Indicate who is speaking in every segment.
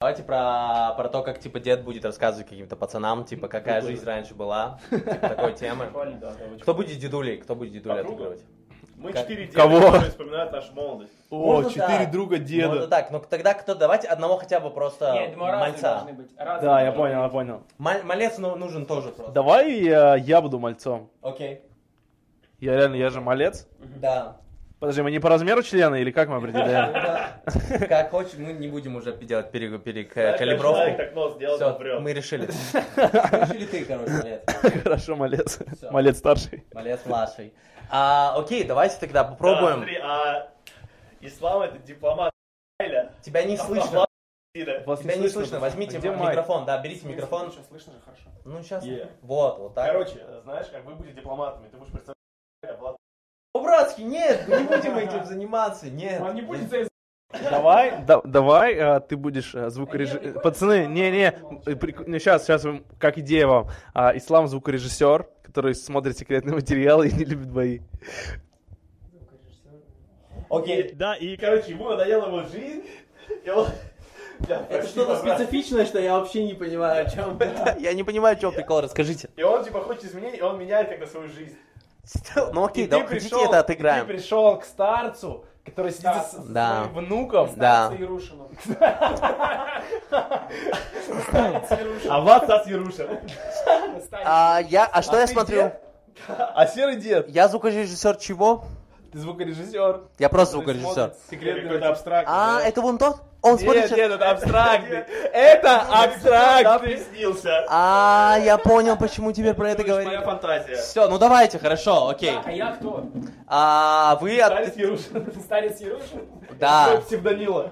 Speaker 1: Давайте про то, как, типа, дед будет рассказывать каким-то пацанам, типа, какая жизнь раньше была, типа, такой темы. Кто будет дедулей отыгрывать?
Speaker 2: Мы 4 деда,
Speaker 3: Кого?
Speaker 2: которые вспоминают нашу молодость.
Speaker 3: О,
Speaker 1: Можно
Speaker 3: 4
Speaker 1: так.
Speaker 3: друга деда.
Speaker 1: Можно так, но тогда давайте одного хотя бы просто
Speaker 4: Нет, думаю, разные
Speaker 1: мальца.
Speaker 4: должны быть. Разные
Speaker 3: Да, я
Speaker 4: должны
Speaker 3: понял.
Speaker 1: Малец нужен тоже просто.
Speaker 3: Давай я буду мальцом.
Speaker 1: Окей.
Speaker 3: Я же малец.
Speaker 1: Да.
Speaker 3: Подожди, мы не по размеру члена или как мы определяем?
Speaker 1: Как хочешь, мы не будем уже делать
Speaker 2: Человек
Speaker 1: перекалибровку.
Speaker 2: так нос сделал,
Speaker 1: Все,
Speaker 2: он врет.
Speaker 1: мы решили. Решили ты, короче, малец.
Speaker 3: Хорошо, малец.
Speaker 1: Всё.
Speaker 3: Малец старший.
Speaker 1: Малец младший. Окей, давайте тогда
Speaker 2: Да,
Speaker 1: попробуем.
Speaker 2: смотри, ислам это дипломат.
Speaker 1: Тебя не слышно.
Speaker 3: Вас
Speaker 1: Тебя не слышно. Возьмите
Speaker 3: Где майк?
Speaker 1: микрофон, да, берите микрофон.
Speaker 4: Сейчас слышно же хорошо.
Speaker 1: Ну, сейчас.
Speaker 2: Yeah.
Speaker 1: Вот так.
Speaker 2: Короче, знаешь, как вы будете дипломатами, ты будешь представлять Влад.
Speaker 1: По-братски, нет, не будем этим заниматься, нет.
Speaker 4: Он не будет за
Speaker 3: Давай, ты будешь звукорежиссер. Пацаны, сейчас, как идея вам. Ислам звукорежиссер, который смотрит секретные материалы и не любит бои.
Speaker 1: Окей.
Speaker 2: Да, и, короче, ему надоела его жизнь, и он...
Speaker 1: Это что-то специфичное, что я вообще не понимаю, о чем. Я не понимаю, о чем прикол, расскажите.
Speaker 2: И он, типа, хочет изменений, и он меняет как-то свою жизнь.
Speaker 1: Ну окей,
Speaker 3: И
Speaker 1: да,
Speaker 3: ты
Speaker 1: хотите
Speaker 3: пришел-
Speaker 1: это отыграем.
Speaker 3: Ты пришел к старцу, который сидит с
Speaker 1: Да.
Speaker 3: своим внуком.
Speaker 1: Да.
Speaker 4: Ярушину.
Speaker 2: А Влад Стас Ярушин.
Speaker 1: Что я
Speaker 3: ты
Speaker 1: смотрю?
Speaker 3: дед? А серый дед?
Speaker 1: Я звукорежиссер чего?
Speaker 3: Ты звукорежиссер.
Speaker 1: Я просто
Speaker 3: который
Speaker 1: звукорежиссер.
Speaker 3: смотрит секретные
Speaker 2: Какой-то абстрактный.
Speaker 1: Это вон тот? Он смотрит
Speaker 3: Нет,
Speaker 1: сейчас.
Speaker 3: нет, это абстрактный. Это абстрактный.
Speaker 2: Приснился.
Speaker 1: Я понял, почему теперь про это
Speaker 2: Моя
Speaker 1: говорить.
Speaker 2: фантазия.
Speaker 1: Все, ну давайте, хорошо, окей.
Speaker 4: А я кто?
Speaker 1: Вы
Speaker 2: Старец Ярушин.
Speaker 4: Старец Ярушин?
Speaker 1: Да.
Speaker 3: Псевдонила.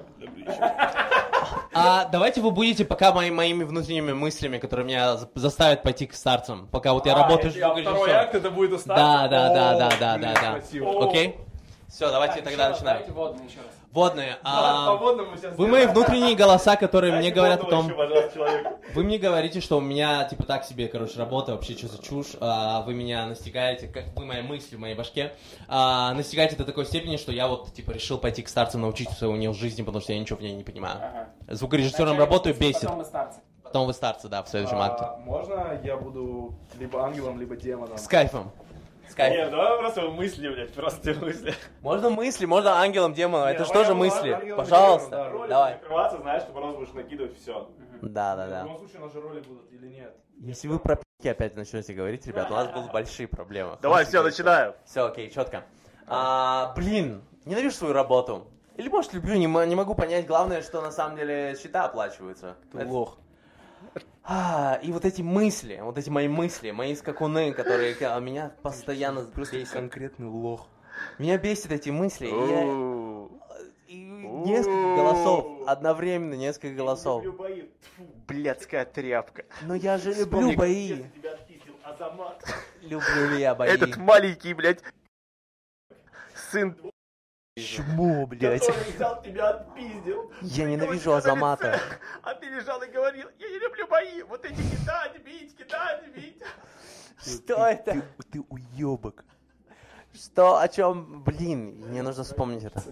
Speaker 1: Давайте вы будете пока моими внутренними мыслями, которые меня заставят пойти к старцам. Пока вот я работаю
Speaker 3: Второй
Speaker 1: звукорежиссером.
Speaker 3: акт это будет у старца?
Speaker 1: Да.
Speaker 3: Красиво.
Speaker 1: Окей? Все, давайте тогда начинаем.
Speaker 4: Давайте водные еще раз.
Speaker 1: Водные.
Speaker 3: По водному сейчас.
Speaker 1: Вы мои внутренние голоса, которые мне говорят о том...
Speaker 2: Еще, пожалуйста, человек.
Speaker 1: Вы мне говорите, что у меня, типа, так себе, короче, работа, вообще, что за чушь. Вы меня настигаете, как вы мои мысли в моей башке, настигаете до такой степени, что я вот, типа, решил пойти к старцам, научиться у них жизни, потому что я ничего в ней не понимаю.
Speaker 4: Ага.
Speaker 1: Звукорежиссером
Speaker 4: Вначале
Speaker 1: работаю,
Speaker 4: пусть,
Speaker 1: бесит.
Speaker 4: Потом мы старцы.
Speaker 1: Потом вы старцы, да, в следующем акте.
Speaker 3: Можно я буду либо ангелом, либо демоном?
Speaker 1: С кайфом. С кайфом.
Speaker 2: Нет, давай просто мысли, блядь, просто мысли.
Speaker 1: Можно мысли, можно ангелом, демоном, это же
Speaker 3: давай
Speaker 1: тоже
Speaker 3: ангелом,
Speaker 1: мысли.
Speaker 3: ангелом,
Speaker 1: Пожалуйста,
Speaker 3: демоном, да,
Speaker 2: Роли
Speaker 1: давай.
Speaker 2: закрываться, знаешь, что потом будешь накидывать все.
Speaker 3: В
Speaker 1: Да.
Speaker 3: любом случае, у нас же роли будут или нет?
Speaker 1: Если вы про пи***ки опять начнете говорить, ребят, у нас будут большие проблемы.
Speaker 2: Давай, все, начинаем.
Speaker 1: Все, окей, четко. Блин, ненавижу свою работу. Или, может, люблю, не могу понять. Главное, что на самом деле счета оплачиваются.
Speaker 3: Ты лох.
Speaker 1: И вот эти мысли, вот эти мои мысли, мои скакуны, которые меня постоянно бесят.
Speaker 3: Конкретный лох.
Speaker 1: Меня бесят эти мысли. И несколько голосов, одновременно несколько голосов.
Speaker 2: Люблю бои. Тьфу,
Speaker 3: Блядская тряпка.
Speaker 1: Но я же люблю бои.
Speaker 2: если тебя отпиздил Азамат.
Speaker 1: Люблю ли я бои?
Speaker 3: маленький, блядь, сын.
Speaker 1: Чмо, блядь.
Speaker 2: Который взял тебя отпиздил.
Speaker 1: Я ненавижу Азамата.
Speaker 2: А ты лежал и говорил, я не люблю бои. Вот эти кидать, бить.
Speaker 1: Что это?
Speaker 3: Ты уебок.
Speaker 1: Что, о чем? Блин, мне нужно вспомнить это.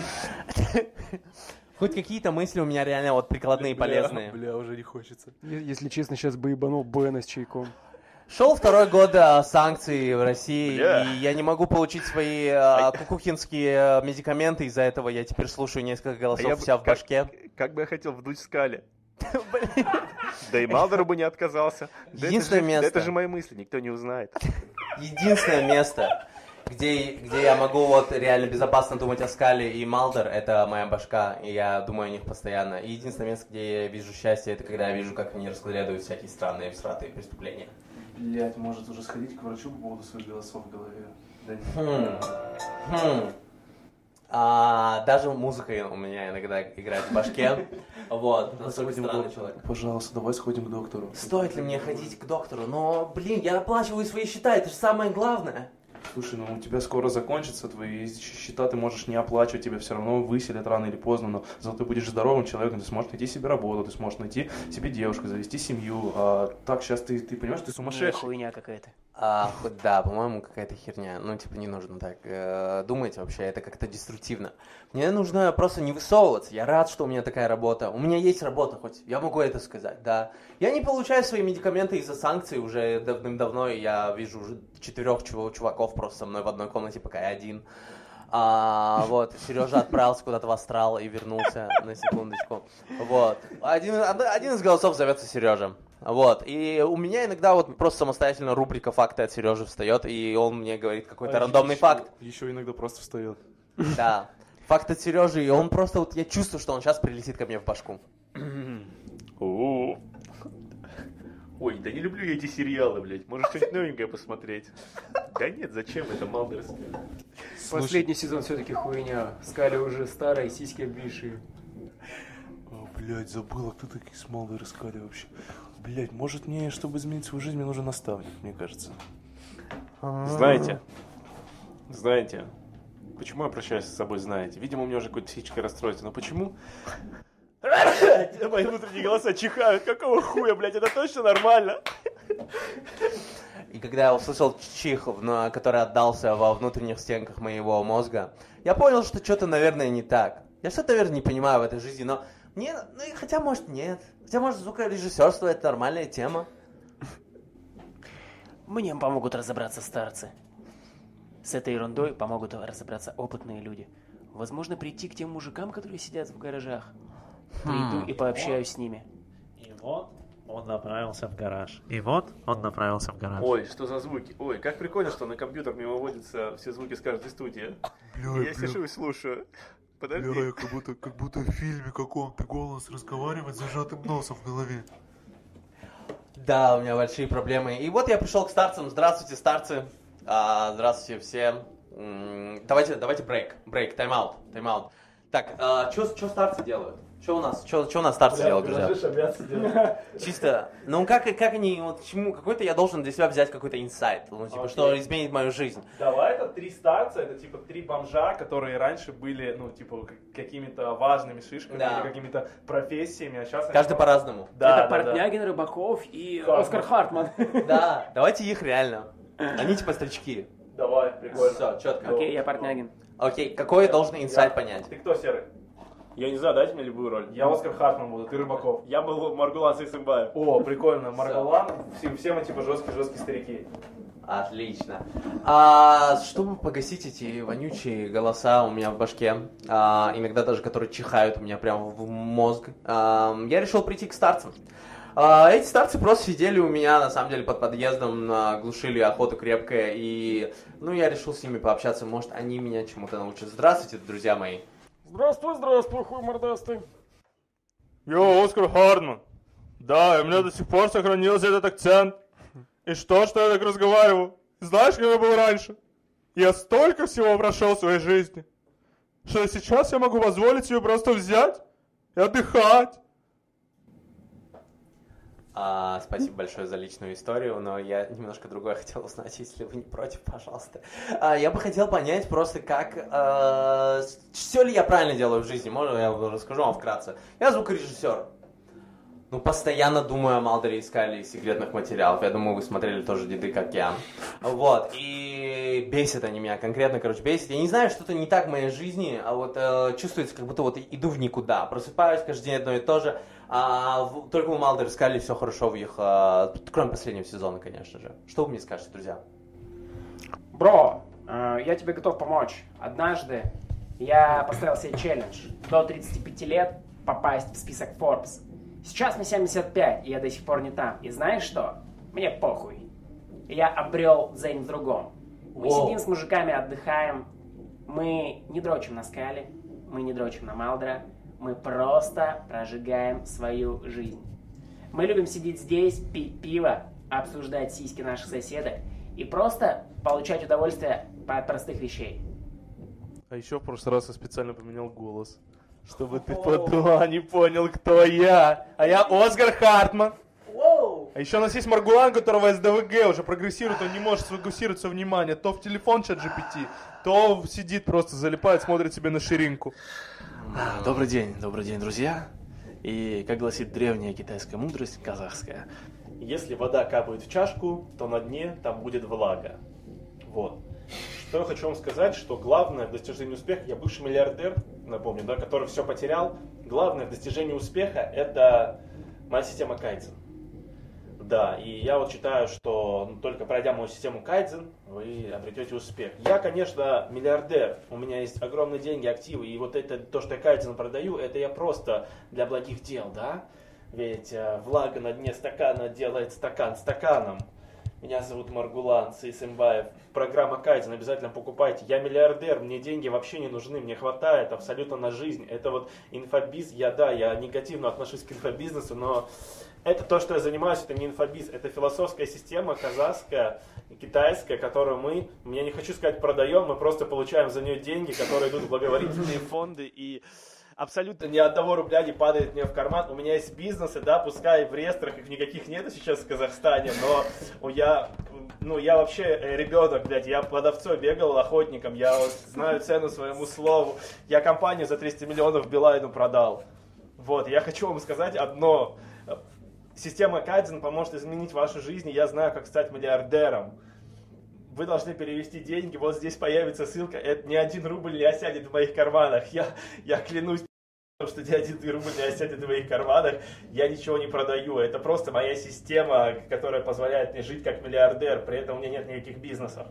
Speaker 1: Хоть какие-то мысли у меня реально вот прикладные, полезные.
Speaker 3: Бля, уже не хочется.
Speaker 5: Если честно, сейчас бы ебанул Бена с чайком.
Speaker 1: Шел второй год санкций в России,
Speaker 2: Бля.
Speaker 1: и я не могу получить свои кукухинские медикаменты, из-за этого я теперь слушаю несколько голосов вся в башке.
Speaker 6: Как бы я хотел вдуть скале. Да и Малдору бы не отказался. Да
Speaker 1: Единственное место.
Speaker 6: Это же мои мысли, никто не узнает.
Speaker 1: Единственное место, где я могу вот реально безопасно думать о Скале и Малдор, это моя башка, и я думаю о них постоянно. И единственное место, где я вижу счастье, это когда я вижу, как они расследуют всякие странные всратые преступления.
Speaker 3: Блять, может уже сходить к врачу по поводу своих голосов в голове? Да нет.
Speaker 1: Даже музыка у меня иногда играет в башке. Вот, настолько странный человек.
Speaker 3: Пожалуйста, давай сходим к доктору.
Speaker 1: Стоит ли мне ходить к доктору? Но, блин, я оплачиваю свои счета, это же самое главное.
Speaker 3: Слушай, ну у тебя скоро закончатся твои счета, ты можешь не оплачивать, тебя все равно выселят рано или поздно, но зато ты будешь здоровым человеком, ты сможешь найти себе работу, ты сможешь найти себе девушку, завести семью. Так сейчас ты понимаешь, ты сумасшедший.
Speaker 5: Хуйня какая-то.
Speaker 1: Да, по-моему, какая-то херня. Ну, типа, не нужно так думать вообще, это как-то деструктивно. Мне нужно просто не высовываться. Я рад, что у меня такая работа. У меня есть работа, хоть я могу это сказать, да. Я не получаю свои медикаменты из-за санкций уже давным-давно, и я вижу уже 4 чуваков просто со мной в одной комнате, пока я один. Вот, Сережа отправился куда-то в астрал и вернулся на секундочку. Вот. Один из голосов зовется Сережа. Вот. И у меня иногда вот просто самостоятельно рубрика «Факты от Сережи» встает, и он мне говорит какой-то рандомный факт.
Speaker 3: Еще иногда просто встает.
Speaker 1: Да. Факт от Сережи, и он просто вот, я чувствую, что он сейчас прилетит ко мне в башку.
Speaker 6: Ой, да не люблю я эти сериалы, блядь. Может, что-нибудь новенькое посмотреть? Да нет, зачем это, Малдерс?
Speaker 5: Последний сезон все-таки хуйня. Скали уже старые, сиськи обвисшие.
Speaker 3: Блядь, забыла, кто такие Смолдер искали вообще. Блядь, может мне, чтобы изменить свою жизнь, мне нужен наставник, мне кажется.
Speaker 6: Знаете, почему я прощаюсь с собой, знаете? Видимо, у меня уже какое-то психическое расстройство, но почему? Мои внутренние голоса чихают, какого хуя, блядь, это точно нормально?
Speaker 1: И когда я услышал чих, который отдался во внутренних стенках моего мозга, я понял, что что-то, наверное, не так. Я что-то, наверное, не понимаю в этой жизни, но мне, хотя, может, нет. Хотя, может, звукорежиссерство — это нормальная тема.
Speaker 4: Мне помогут разобраться старцы. С этой ерундой помогут разобраться опытные люди. Возможно, прийти к тем мужикам, которые сидят в гаражах. Приду и пообщаюсь с ними.
Speaker 7: И вот он направился в гараж.
Speaker 6: Ой, что за звуки? Ой, как прикольно, что на компьютер мне выводятся все звуки с каждой студии. Я сижу и слушаю. Подожди.
Speaker 8: Бля, как будто в фильме каком-то голос разговаривает с зажатым носом в голове.
Speaker 1: Да, у меня большие проблемы. И вот я пришел к старцам. Здравствуйте, старцы. Здравствуйте всем. Давайте брейк, тайм-аут. Так, что старцы делают? Что у нас старцы делают, друзья? Чисто, ну как они, вот чему, какой-то я должен для себя взять какой-то инсайт, ну типа, что изменит мою жизнь.
Speaker 3: Давай, это 3 старца, это типа 3 бомжа, которые раньше были, ну типа, какими-то важными шишками,
Speaker 1: Да.
Speaker 3: или какими-то профессиями, а сейчас...
Speaker 1: Каждый по-разному.
Speaker 3: Да,
Speaker 5: Это Портнягин, Рыбаков и Оскар Хартман.
Speaker 1: Да, давайте их реально. Они типа старички.
Speaker 3: Давай, прикольно.
Speaker 1: Все, четко.
Speaker 4: Окей, я Портнягин.
Speaker 1: Окей, какой я должен инсайт понять?
Speaker 3: Ты кто, Серый?
Speaker 6: Я не знаю, дайте мне любую роль.
Speaker 3: Я Оскар Хартман буду, ты Рыбаков.
Speaker 6: Я был Маргулан Сейсымбаев.
Speaker 3: О, прикольно, Марголан, все мы типа жесткие старики.
Speaker 1: Отлично. Чтобы погасить эти вонючие голоса у меня в башке, иногда даже которые чихают у меня прямо в мозг, я решил прийти к старцам. Эти старцы просто сидели у меня, на самом деле, под подъездом, глушили охоту крепкая, и, я решил с ними пообщаться, может, они меня чему-то научат. Здравствуйте, друзья мои.
Speaker 5: Здравствуй, хуй мордастый.
Speaker 6: Йо, Оскар Хартман. Да, у меня до сих пор сохранился этот акцент. И что я так разговариваю? Знаешь, как я был раньше? Я столько всего прошел в своей жизни, что сейчас я могу позволить себе просто взять и отдыхать.
Speaker 1: Спасибо большое за личную историю, но я немножко другое хотел узнать, если вы не против, пожалуйста. Я бы хотел понять просто, как... все ли я правильно делаю в жизни? Можно я расскажу вам вкратце? Я звукорежиссер. Постоянно думаю о Малдере и Скале и секретных материалов. Я думаю, вы смотрели тоже «Деды, как я». Вот, и бесят они меня, конкретно, бесят. Я не знаю, что-то не так в моей жизни, а вот чувствуется, как будто вот иду в никуда. Просыпаюсь каждый день одно и то же. Только у Малдера и Скали все хорошо в их, кроме последнего сезона, конечно же. Что вы мне скажете, друзья?
Speaker 4: Бро, я тебе готов помочь. Однажды я поставил себе челлендж до 35 лет попасть в список Forbes. Сейчас мне 75, и я до сих пор не там. И знаешь что? Мне похуй. Я обрел дзен в другом. Мы сидим с мужиками, отдыхаем. Мы не дрочим на Скали, мы не дрочим на Малдера. Мы просто прожигаем свою жизнь. Мы любим сидеть здесь, пить пиво, обсуждать сиськи наших соседок и просто получать удовольствие от простых вещей.
Speaker 3: А еще в прошлый раз я специально поменял голос, чтобы ты не понял, кто я. А я Оскар Хартман. А еще у нас есть Маргулан, которого СДВГ уже прогрессирует, он не может сфокусировать свое внимание. То в телефон ChatGPT, то сидит просто, залипает, смотрит себе на ширинку.
Speaker 7: Добрый день, друзья. И, как гласит древняя китайская мудрость, казахская,
Speaker 3: Если вода капает в чашку, то на дне там будет влага. Вот. Что я хочу вам сказать, что главное в достижении успеха, я бывший миллиардер, напомню, да, который все потерял, главное в достижении успеха это моя система Kaizen. Да, и я вот считаю, что только пройдя мою систему Kaizen, вы обретете успех. Я, конечно, миллиардер, у меня есть огромные деньги, активы, и вот это, то, что я Kaizen продаю, это я просто для благих дел, да? Ведь влага на дне стакана делает стакан стаканом. Меня зовут Маргулан Саисымбаев. Программа Kaizen обязательно покупайте. Я миллиардер, мне деньги вообще не нужны, мне хватает абсолютно на жизнь. Это вот инфобиз, я негативно отношусь к инфобизнесу, но это то, что я занимаюсь, это не инфобиз, это философская система казахская, китайская, которую я не хочу сказать продаем, мы просто получаем за нее деньги, которые идут в благотворительные фонды и абсолютно ни одного рубля не падает мне в карман. У меня есть бизнесы, да, пускай в реестрах их никаких нету сейчас в Казахстане, но я вообще ребенок, блядь, я под овцой бегал охотником, я знаю цену своему слову, я компанию за 300 миллионов Билайну продал. Вот, я хочу вам сказать одно. Система Kaizen поможет изменить вашу жизнь, и я знаю, как стать миллиардером. Вы должны перевести деньги, вот здесь появится ссылка, это ни 1 рубль не осядет в моих карманах. Я клянусь, что ни 1 рубль не осядет в моих карманах, я ничего не продаю. Это просто моя система, которая позволяет мне жить как миллиардер, при этом у меня нет никаких бизнесов.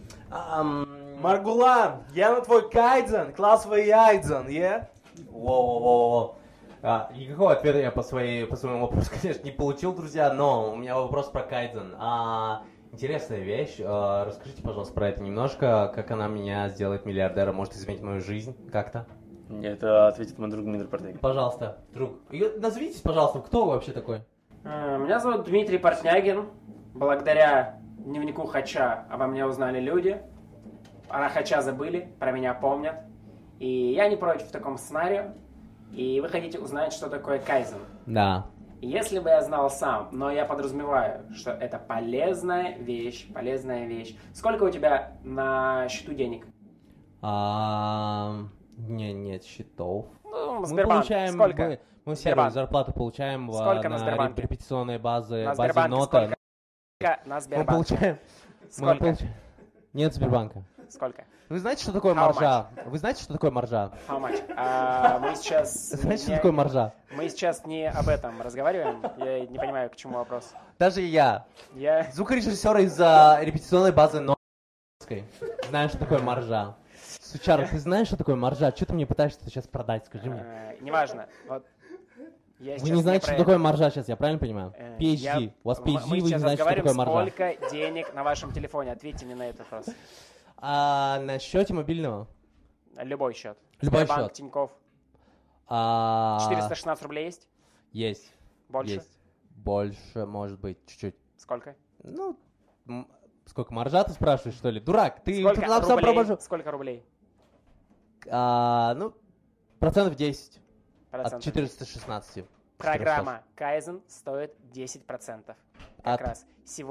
Speaker 9: Маргулан, я на твой Kaizen, классовый Айдзен, yeah?
Speaker 1: Воу-воу-воу. Никакого ответа я по своему вопросу, конечно, не получил, друзья, но у меня вопрос про Kaizen. Интересная вещь. Расскажите, пожалуйста, про это немножко. Как она меня сделает миллиардером, может изменить мою жизнь как-то?
Speaker 3: Это ответит мой друг Дмитрий Портнягин.
Speaker 1: Пожалуйста, друг. Назовитесь, пожалуйста, кто вы вообще такой?
Speaker 4: Меня зовут Дмитрий Портнягин. Благодаря дневнику Хача обо мне узнали люди. Про Хача забыли, про меня помнят. И я не против в таком сценарию. И вы хотите узнать, что такое Kaizen.
Speaker 1: Да.
Speaker 4: Если бы я знал сам, но я подразумеваю, что это полезная вещь. Сколько у тебя на счету денег?
Speaker 1: Нет счетов.
Speaker 4: Ну,
Speaker 1: Мы
Speaker 4: Сбербанк.
Speaker 1: получаем,
Speaker 4: Сколько?
Speaker 1: мы все зарплату получаем
Speaker 4: Сколько на
Speaker 1: на
Speaker 4: Сбербанке?
Speaker 1: репетиционной базе
Speaker 4: На Сбербанке
Speaker 1: нота.
Speaker 4: сколько? На
Speaker 1: Мы
Speaker 4: Сбербанке.
Speaker 1: получаем...
Speaker 4: Сколько?
Speaker 1: Нет Сбербанка.
Speaker 4: Сколько?
Speaker 1: Вы знаете, что такое
Speaker 4: How
Speaker 1: маржа? Вы знаете, что такое маржа?
Speaker 4: How much? Мы сейчас...
Speaker 1: Знаете, что такое маржа?
Speaker 4: Мы сейчас не об этом разговариваем. Я не понимаю, к чему вопрос.
Speaker 1: Даже я.
Speaker 4: Я...
Speaker 1: Звукорежиссер из репетиционной базы Норской. Знаю, что такое маржа. Сучара, ты знаешь, что такое маржа? Что ты мне пытаешься сейчас продать? Скажи мне.
Speaker 4: Неважно. Вот.
Speaker 1: Вы не знаете, что такое маржа сейчас, я правильно понимаю? PhD. У вас PhD, вы не знаете, что такое маржа.
Speaker 4: Сколько денег на вашем телефоне? Ответьте мне на этот вопрос.
Speaker 1: На счете мобильного?
Speaker 4: Любой счет.
Speaker 1: Любой
Speaker 4: Сбербанк,
Speaker 1: счет.
Speaker 4: Тинькофф. 416 рублей есть?
Speaker 1: Есть.
Speaker 4: Больше?
Speaker 1: Есть. Больше, может быть, чуть-чуть.
Speaker 4: Сколько?
Speaker 1: Ну, сколько, маржа ты спрашиваешь, что ли? Дурак, ты
Speaker 4: Сколько
Speaker 1: нам сам
Speaker 4: рублей?
Speaker 1: пробожу.
Speaker 4: Сколько рублей?
Speaker 1: Процентов 10 от
Speaker 4: Процентов.
Speaker 1: 416.
Speaker 4: Программа Kaizen стоит 10%. Как раз.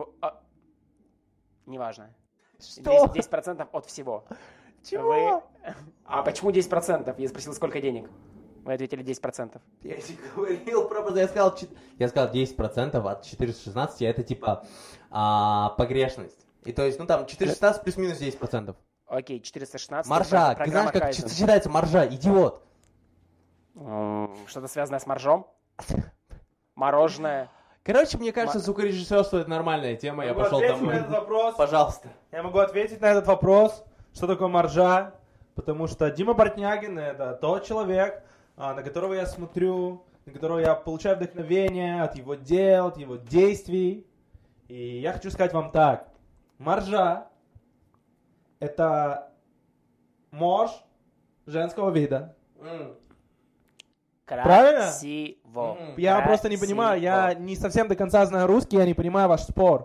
Speaker 4: Неважно.
Speaker 1: Что?
Speaker 4: 10% от всего.
Speaker 1: Чего?
Speaker 4: А почему 10%? Я спросил, сколько денег. Вы ответили 10%.
Speaker 1: Я не говорил про... Я сказал 10% от 416, это типа погрешность. И то есть, там 416 плюс-минус 10%.
Speaker 4: Окей, 416.
Speaker 1: Маржа, ты знаешь, как считается маржа, идиот?
Speaker 4: Что-то связанное с маржом? Мороженое?
Speaker 1: Короче, мне кажется, звукорежиссерство это нормальная тема, я пошел
Speaker 9: ответить
Speaker 1: домой.
Speaker 9: на этот вопрос?
Speaker 1: Пожалуйста.
Speaker 9: Я могу ответить на этот вопрос, что такое маржа, потому что Дима Портнягин — это тот человек, на которого я смотрю, на которого я получаю вдохновение от его дел, от его действий. И я хочу сказать вам так. Маржа — это морж женского вида. Правильно?
Speaker 4: Красиво.
Speaker 9: Я просто не понимаю, я не совсем до конца знаю русский, я не понимаю ваш спор.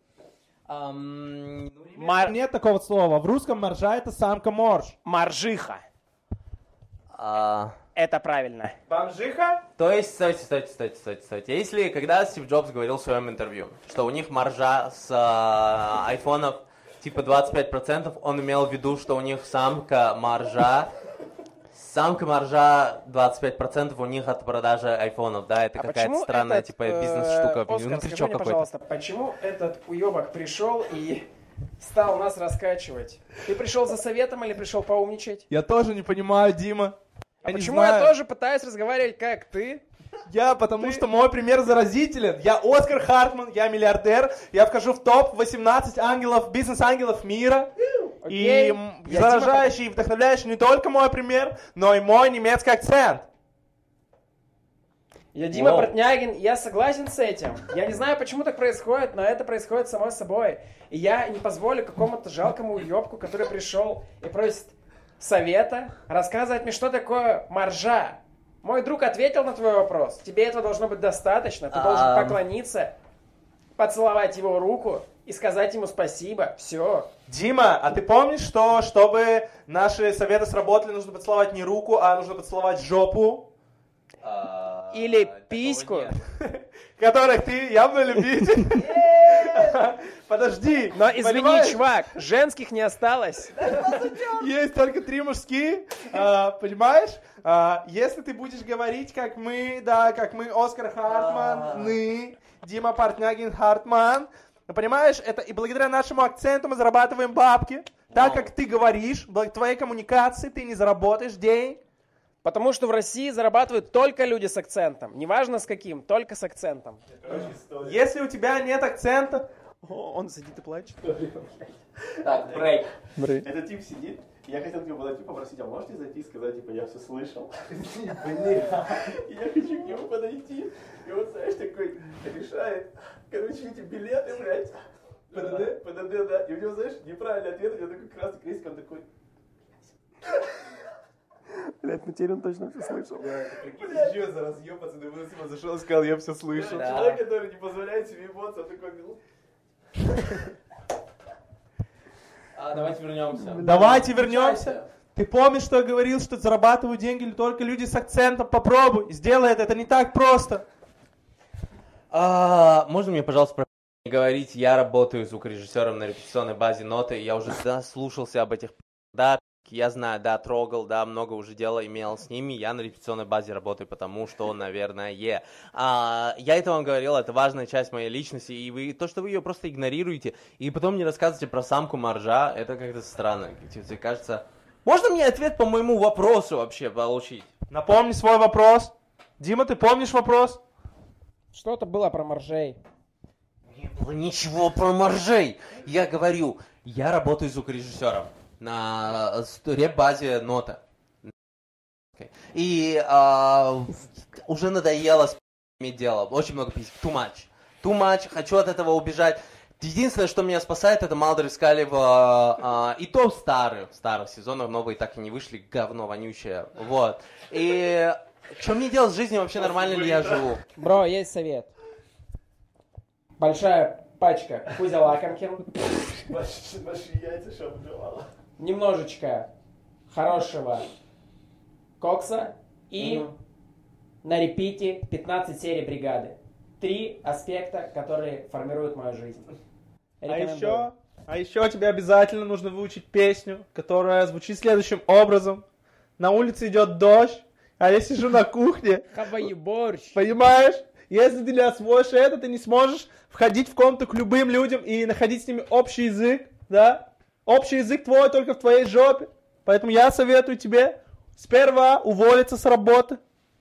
Speaker 9: Нет такого слова. В русском маржа — это самка морж.
Speaker 4: Маржиха. Это правильно.
Speaker 9: Бомжиха?
Speaker 1: То есть, стойте. Если, когда Стив Джобс говорил в своем интервью, что у них маржа с айфонов типа 25%, он имел в виду, что у них самка маржа Самка маржа 25% у них от продажи айфонов, да? Это какая-то странная, бизнес-штука.
Speaker 4: Оскар, скажи мне, пожалуйста, почему этот уебок пришел и стал нас раскачивать? Ты пришел за советом или пришел поумничать?
Speaker 9: Я тоже не понимаю, Дима.
Speaker 4: Почему я тоже пытаюсь разговаривать как ты?
Speaker 9: Потому что мой пример заразителен. Я Оскар Хартман, я миллиардер, я вхожу в топ 18 ангелов, бизнес-ангелов мира. И заражающий и вдохновляющий не только мой пример, но и мой немецкий акцент.
Speaker 4: Я Дима Портнягин, я согласен с этим. Я не знаю, почему так происходит, но это происходит само собой. И я не позволю какому-то жалкому уебку, который пришел и просит совета, рассказывать мне, что такое маржа. Мой друг ответил на твой вопрос. Тебе этого должно быть достаточно. Ты должен поклониться, поцеловать его руку и сказать ему спасибо. Все.
Speaker 9: Дима, а ты помнишь, что чтобы наши советы сработали, нужно поцеловать не руку, а нужно поцеловать жопу?
Speaker 4: Или письку.
Speaker 9: Которых ты явно любитель. Подожди.
Speaker 4: Но извини, чувак, женских не осталось.
Speaker 9: Есть только 3 мужские. Понимаешь? Если ты будешь говорить, как мы, Оскар Хартман, Дима Портнягин Хартман, понимаешь, это и благодаря нашему акценту мы зарабатываем бабки. Так как ты говоришь, благодаря твоей коммуникации ты не заработаешь денег.
Speaker 4: Потому что в России зарабатывают только люди с акцентом. Неважно с каким, только с акцентом.
Speaker 9: Если у тебя нет акцента...
Speaker 4: Он сидит и плачет.
Speaker 1: Так, брейк.
Speaker 3: Этот тип сидит, я хотел к нему подойти, попросить, а можете зайти и сказать, я все слышал. И я хочу к нему подойти, и он, знаешь, такой решает, эти билеты, блядь. ПДД, да. И у него, знаешь, неправильный ответ, у него такой красный крестик, он такой...
Speaker 4: Блядь, ну теперь он точно все слышал.
Speaker 3: Прикинь, что за разъем, пацаны, Васима зашел и сказал, я все слышал. Человек, который не позволяет себе эмоции, он такой...
Speaker 1: Давайте вернемся.
Speaker 9: Ты помнишь, что я говорил, что зарабатывают деньги только люди с акцентом? Попробуй, сделай это не так просто.
Speaker 1: Можно мне, пожалуйста, говорить? Я работаю звукорежиссером на репетиционной базе ноты, я уже слушался об этих я знаю, трогал, много уже дела имел с ними, я на репетиционной базе работаю, потому что, наверное, я это вам говорил, это важная часть моей личности, и то, что вы ее просто игнорируете, и потом не рассказываете про самку маржа, это как-то странно, тебе кажется... Можно мне ответ по моему вопросу вообще получить?
Speaker 9: Напомни свой вопрос. Дима, ты помнишь вопрос?
Speaker 4: Что-то было про маржей.
Speaker 1: Не было ничего про маржей. Я говорю, я работаю звукорежиссером на реп-базе нота. И уже надоело иметь дело. Очень много писем. Too much. Хочу от этого убежать. Единственное, что меня спасает, это Малдер и Скали и то старых сезонов, новые так и не вышли, говно вонючее. Вот. И что мне делать в жизни, вообще нормально ли я живу?
Speaker 4: Бро, есть совет. Большая пачка Кузя Лакомкин.
Speaker 3: Ваши яйца, чтобы убивала.
Speaker 4: Немножечко хорошего кокса и на репите 15 серий бригады. 3 аспекта, которые формируют мою жизнь.
Speaker 9: А еще тебе обязательно нужно выучить песню, которая звучит следующим образом. На улице идет дождь, а я сижу на кухне.
Speaker 4: Хаваю борщ.
Speaker 9: Понимаешь? Если ты не освоишь это, ты не сможешь входить в комнату к любым людям и находить с ними общий язык, да? Общий язык твой только в твоей жопе. Поэтому я советую тебе сперва уволиться с работы.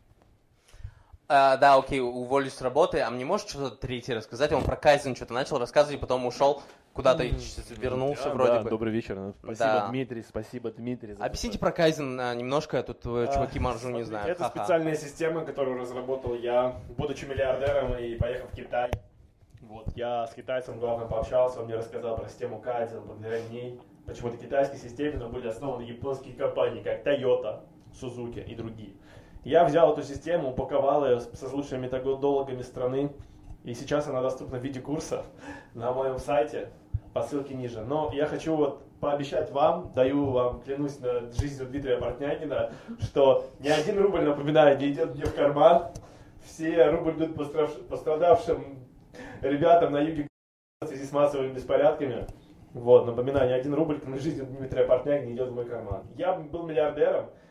Speaker 1: Да, окей, уволюсь с работы, а мне можешь что-то третье рассказать? Он про Кайзен что-то начал рассказывать, потом ушел, куда-то вернулся вроде бы.
Speaker 3: Добрый вечер. Спасибо, Дмитрий, спасибо, Дмитрий.
Speaker 1: Объясните про Кайзен немножко, тут чуваки маржу не знают.
Speaker 3: Это специальная система, которую разработал я, будучи миллиардером и поехав в Китай. Вот, я с китайцем главным пообщался, он мне рассказал про систему Кайзен, благодаря ней почему-то китайской системе, но были основаны японские компании, как Toyota, Suzuki и другие. Я взял эту систему, упаковал ее со лучшими методологами страны, и сейчас она доступна в виде курса на моем сайте по ссылке ниже. Но я хочу пообещать вам, даю вам, клянусь на жизнью Дмитрия Портнягина, что ни 1 рубль, напоминаю, не идет мне в карман. Все рубль идут пострадавшим ребятам на юге в связи с массовыми беспорядками. Вот, напоминаю, ни 1 рубль, кроме жизни Дмитрия Портнягина, не идет в мой карман. Я был миллиардером,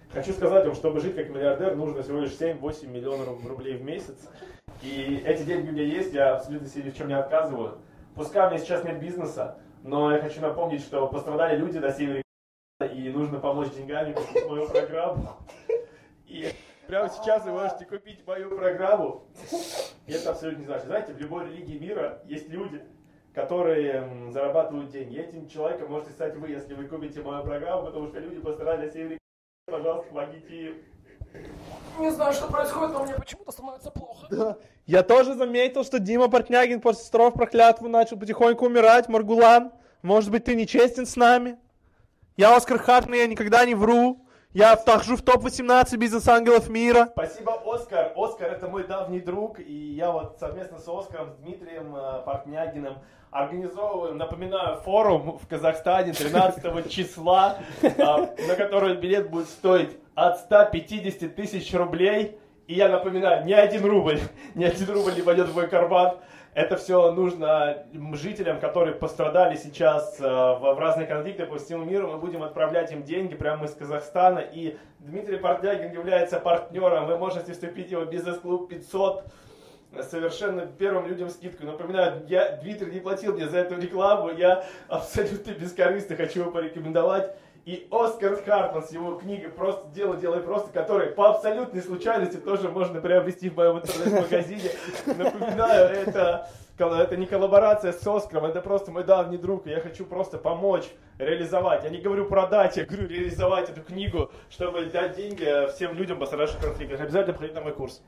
Speaker 3: Хочу сказать вам, чтобы жить как миллиардер, нужно всего лишь 7-8 миллионов рублей в месяц. И эти деньги у меня есть, я абсолютно себе ни в чем не отказываю. Пускай у меня сейчас нет бизнеса, но я хочу напомнить, что пострадали люди на севере, и нужно помочь деньгами купить мою программу. И прямо сейчас вы можете купить мою программу. И это абсолютно не значит. Знаете, в любой религии мира есть люди, которые зарабатывают деньги. Этим человеком можете стать вы, если вы купите мою программу, потому что люди пострадали на севере. Пожалуйста, помогите им.
Speaker 4: Не знаю, что происходит, но мне почему-то становится плохо.
Speaker 9: Да. Я тоже заметил, что Дима Портнягин после стров про клятву начал потихоньку умирать. Маргулан, может быть, ты нечестен с нами? Я Оскар Хартман, я никогда не вру. Я вхожу в топ-18 бизнес-ангелов мира.
Speaker 3: Спасибо, Оскар. Оскар — это мой давний друг, и я вот совместно с Оскаром, с Дмитрием Портнягиным организовываем, напоминаю, форум в Казахстане 13 числа, на который билет будет стоить от 150 тысяч рублей. И я напоминаю, ни один рубль не пойдет в мой карман. Это все нужно жителям, которые пострадали сейчас в разных конфликтах по всему миру. Мы будем отправлять им деньги прямо из Казахстана. И Дмитрий Портнягин является партнером. Вы можете вступить в его бизнес-клуб 500 совершенно первым людям скидку. Напоминаю, Дмитрий не платил мне за эту рекламу. Я абсолютно бескорыстно хочу его порекомендовать. И Оскар Хартман с его книгой «Просто делай просто», который по абсолютной случайности тоже можно приобрести в моем интернет-магазине. Напоминаю, это не коллаборация с Оскаром, это просто мой давний друг. И я хочу просто помочь реализовать. Я не говорю продать, я говорю реализовать эту книгу, чтобы дать деньги всем людям, пострадавшим в конфликтах. Обязательно приходите на мой курс.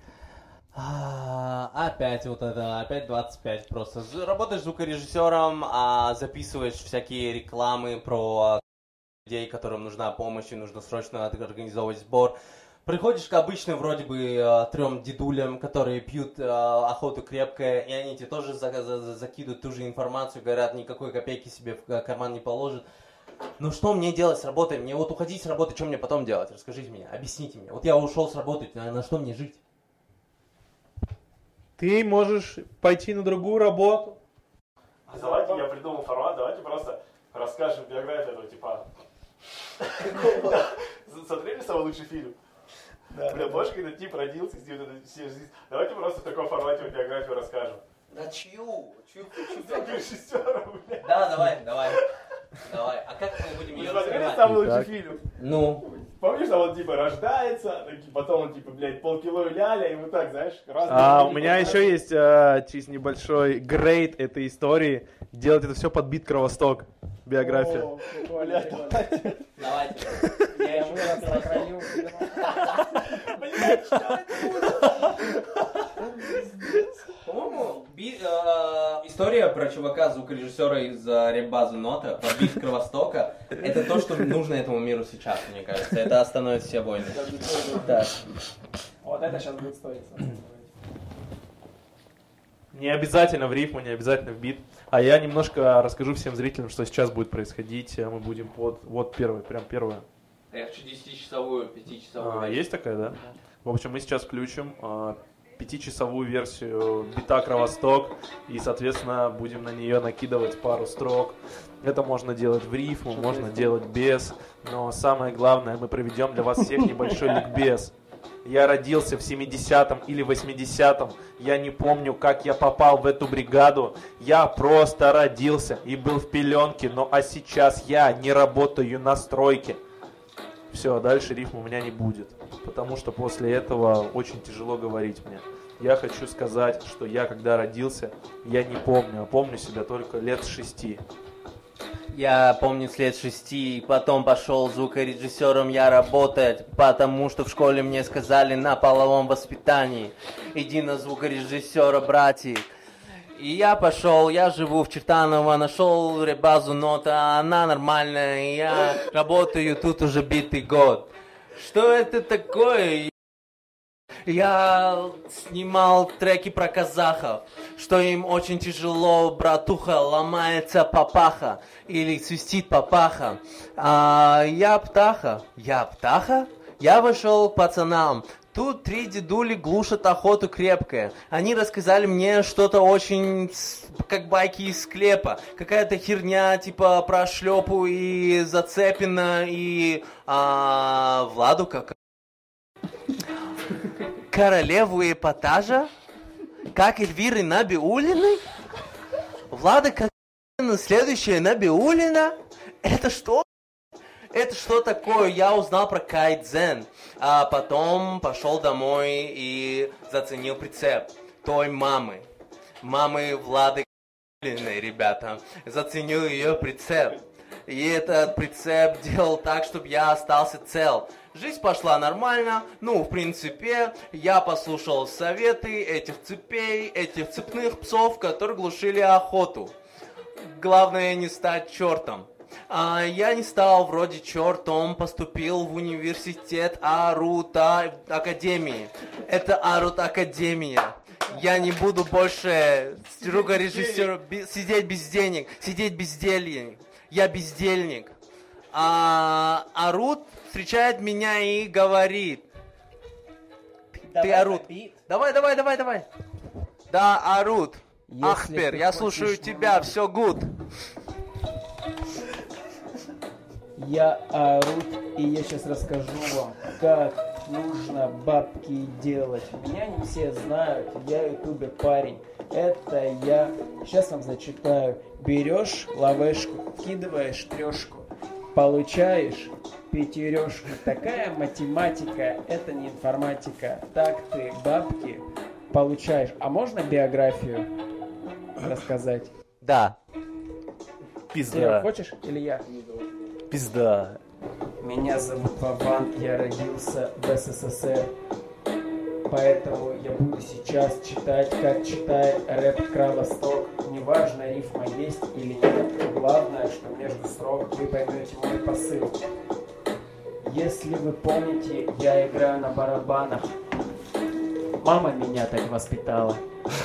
Speaker 1: Опять вот это, опять 25 просто. Работаешь звукорежиссером, записываешь всякие рекламы про людей, которым нужна помощь и нужно срочно организовывать сбор. Приходишь к обычным вроде бы 3 дедулям, которые пьют охоту крепкое, и они тебе тоже закидывают ту же информацию, говорят, никакой копейки себе в карман не положат. Ну что мне делать с работой? Мне вот уходить с работы, что мне потом делать? Расскажите мне, объясните мне. Вот я ушел с работы, на что мне жить?
Speaker 9: Ты можешь пойти на другую работу.
Speaker 3: Давайте, я придумал формат, давайте просто расскажем биографию этого типа. Смотрели самый лучший фильм? Бля, помнишь, когда тип родился, давайте просто в таком формате биографию расскажем.
Speaker 1: Да чью?
Speaker 3: Режиссера, бля.
Speaker 1: Да, давай. А как мы будем ее
Speaker 3: смотрели
Speaker 1: раскрывать?
Speaker 3: самый лучший фильм?
Speaker 1: Ну.
Speaker 3: Помнишь, там он типа рождается, потом он типа, блядь, полкило ляля, и вот так, знаешь,
Speaker 9: у меня еще есть чист небольшой грейд этой истории. Делать это все под бит Кровосток. Биография.
Speaker 1: Давайте.
Speaker 4: Я еще раз сохранил.
Speaker 3: Блядь, что это
Speaker 1: По-моему, история про чувака, звукорежиссера из рэп-базы Нота, про бит Кровостока, это то, что нужно этому миру сейчас, мне кажется. Это остановит все войны. Да.
Speaker 4: Вот это сейчас будет стоить.
Speaker 9: Не обязательно в рифму, не обязательно в бит. А я немножко расскажу всем зрителям, что сейчас будет происходить. Мы будем вот первое.
Speaker 1: Я хочу 10-часовую, 5-часовую.
Speaker 9: Есть такая, да? В общем, мы сейчас включим 5-часовую версию бита Кровосток. И, соответственно, будем на нее накидывать пару строк. Это можно делать в рифму, можно делать без. Но самое главное, мы проведем для вас всех небольшой ликбез. Я родился в 70-м или 80-м. Я не помню, как я попал в эту бригаду. Я просто родился и был в пеленке. А сейчас я не работаю на стройке. Все, дальше рифм у меня не будет. Потому что после этого очень тяжело говорить мне. Я хочу сказать, что я когда родился, я не помню. А помню себя только лет 6.
Speaker 1: Я помню с лет 6, и потом пошел звукорежиссером я работать, потому что в школе мне сказали на половом воспитании: иди на звукорежиссера, братик. И я пошел, я живу в Чертаново, нашел рэп-базу Нота, она нормальная, и я работаю тут уже битый год. Что это такое? Я снимал треки про казахов, что им очень тяжело, братуха, ломается папаха или свистит папаха. Я птаха. Я вышел к пацанам, Тут 3 дедули глушат охоту крепкое. Они рассказали мне что-то очень, как байки из склепа. Какая-то херня, типа, про шлепу и Зацепина, и Владу как... Королеву эпатажа? Как Эльвиры Набиуллиной? Влада как следующая Набиуллина? Это что? Это что такое? Я узнал про кайдзен, а потом пошел домой и заценил прицеп той мамы. Мамы Влады ребята. Заценил ее прицеп. И этот прицеп делал так, чтобы я остался цел. Жизнь пошла нормально, в принципе, я послушал советы этих цепей, этих цепных псов, которые глушили охоту. Главное не стать чертом. Я не стал вроде чертом, поступил в университет Арута Академии. Это Арут Академия. Я не буду больше режиссер сидеть без денег, сидеть бездельник. Я бездельник. Арут встречает меня и говорит: ты Арут. Давай. Да, Арут. Ахпер, я слушаю тебя, все гуд.
Speaker 4: Я Арут, и я сейчас расскажу вам, как нужно бабки делать. Меня не все знают, я ютубе парень. Это я. Сейчас вам зачитаю. Берешь лавешку, вкидываешь 3, получаешь 5. Такая математика, это не информатика. Так ты бабки получаешь. А можно биографию рассказать?
Speaker 1: Да.
Speaker 7: Пизда.
Speaker 4: Ты хочешь или я?
Speaker 7: Пизда.
Speaker 4: Меня зовут Вован, я родился в СССР. Поэтому я буду сейчас читать, как читает рэп Кровосток. Неважно, рифма есть или нет. Главное, что между строк вы поймете мой посыл. Если вы помните, я играю на барабанах. Мама меня так воспитала.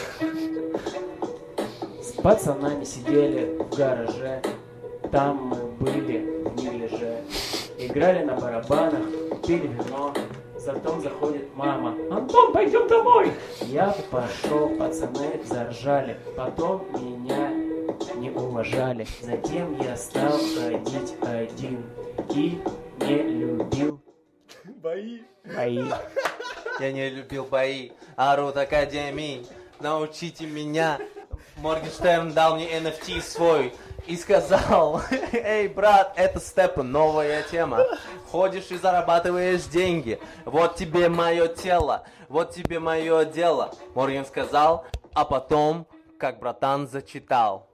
Speaker 4: С пацанами сидели в гараже. Там мы были в неглиже. Играли на барабанах, пили вино. Затем заходит мама. Антон, пойдем домой! Я пошел, пацаны заржали. Потом меня не уважали. Затем я стал ходить один. И не любил
Speaker 3: Бои.
Speaker 1: Я не любил бои. Арут Академии, научите меня. Моргенштерн дал мне NFT свой и сказал: эй, брат, это степа, новая тема. Ходишь и зарабатываешь деньги. Вот тебе мое тело, вот тебе мое дело. Морген сказал, а потом, как братан, зачитал.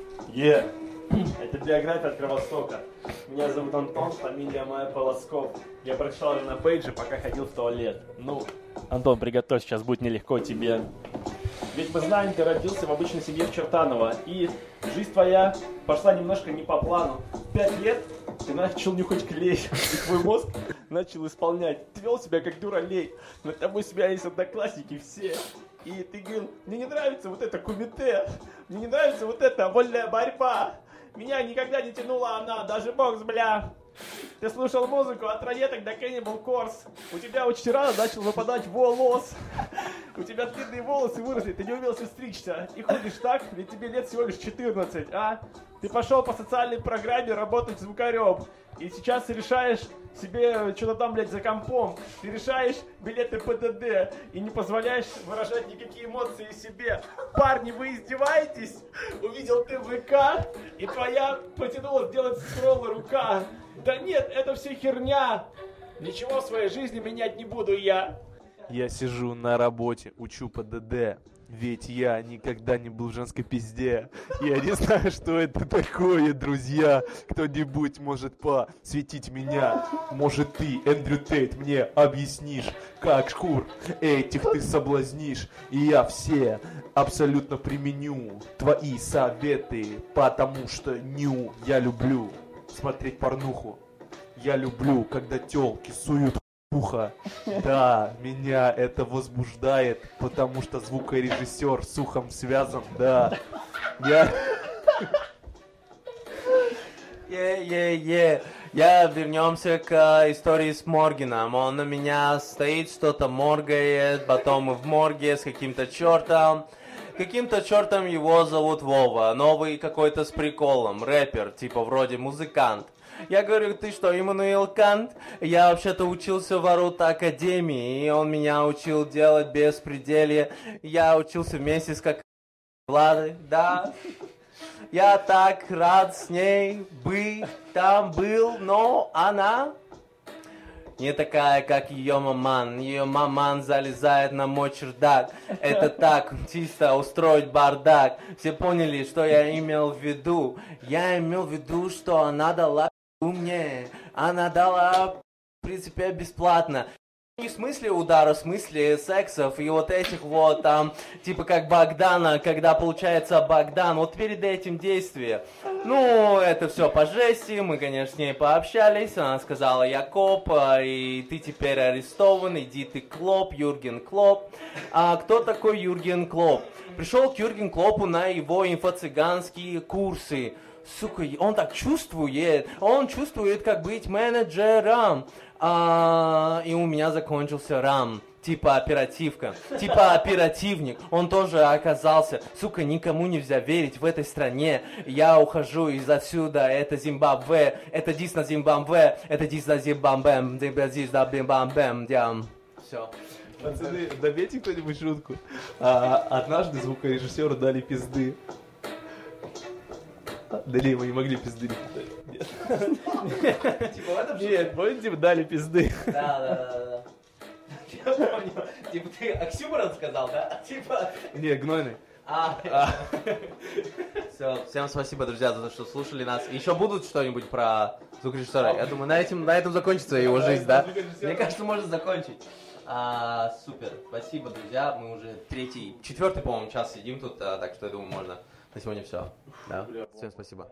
Speaker 6: Это биография от Кровостока. Меня зовут Антон, фамилия моя Полосков. Я прочитал ее на пейдже, пока ходил в туалет. Антон, приготовь, сейчас будет нелегко тебе. Ведь мы знаем, ты родился в обычной семье в Чертаново, и жизнь твоя пошла немножко не по плану. В 5 лет ты начал нюхать клей, и твой мозг начал исполнять. Ты вел себя как дуралей, над тобой смеялись одноклассники все. И ты говорил: мне не нравится вот это кумите, мне не нравится вот эта вольная борьба. Меня никогда не тянула она, даже бокс, бля. Ты слушал музыку от Ранеток до Cannibal Corpse. У тебя очень рано начал выпадать волос. У тебя длинные волосы выросли, ты не умел стричься. И ходишь так, ведь тебе лет всего лишь 14, а? Ты пошел по социальной программе работать звукарем. И сейчас ты решаешь себе что-то там, блядь, за компом. Ты решаешь билеты ПДД и не позволяешь выражать никакие эмоции себе. Парни, вы издеваетесь? Увидел ты ВК, и твоя потянулась делать скроллы рука. Да нет, это все херня. Ничего в своей жизни менять не буду я.
Speaker 3: Я сижу на работе, учу ПДД. Ведь я никогда не был в женской пизде. Я не знаю, что это такое, друзья. Кто-нибудь может посвятить меня. Может, ты, Эндрю Тейт, мне объяснишь, как шкур этих ты соблазнишь. И я все абсолютно применю твои советы, потому что я люблю смотреть порнуху. Я люблю, когда тёлки суют ухо. Да, меня это возбуждает, потому что звукорежиссер с ухом связан, да.
Speaker 1: Вернемся к истории с Моргеном. Он на меня стоит, что-то моргает, потом мы в морге с каким-то чертом. Каким-то чертом его зовут Вова, новый какой-то с приколом, рэпер, типа вроде музыкант. Я говорю, ты что, Иммануил Кант? Я вообще-то учился в Арута Академии, и он меня учил делать беспределье. Я учился вместе с Владой, да. Я так рад с ней быть, там был, но она не такая, как ее маман. Ее маман залезает на мой чердак. Это так, чисто устроить бардак. Все поняли, что я имел в виду. Я имел в виду, что она дала мне. Она дала, в принципе, бесплатно. Не в смысле удара, в смысле сексов и вот этих вот там, типа как Богдана, когда получается Богдан, вот перед этим действием. Ну, это все по жести, мы, конечно, с ней пообщались, она сказала, я коп, и ты теперь арестован, иди ты Клоп, Юрген Клоп. А кто такой Юрген Клоп? Пришел к Юрген Клопу на его инфо-цыганские курсы. Сука, он так чувствует, он чувствует, как быть менеджером. И у меня закончился рам, типа оперативка, типа оперативник, он тоже оказался, сука, никому нельзя верить в этой стране, я ухожу из отсюда, это Зимбабве, это дис на Зимбабве, это дис на Зимбабве, дис на Зимбабве, все.
Speaker 9: Пацаны, добейте кто-нибудь шутку. Однажды звукорежиссеру дали пизды. Дали, мы не могли пизды не дать.
Speaker 1: Типа в этом
Speaker 9: Нет, помните, дали пизды.
Speaker 1: Да. Я понял. Типа ты оксюморон сказал, да? Типа...
Speaker 9: Не, гнойный.
Speaker 1: Все, всем спасибо, друзья, за то, что слушали нас. Еще будут что-нибудь про звукорежиссера? Я думаю, на этом закончится его жизнь, да? Мне кажется, можно закончить. Супер, спасибо, друзья. Мы уже четвертый, по-моему, час сидим тут, так что я думаю, можно. На сегодня все. Да. Всем спасибо.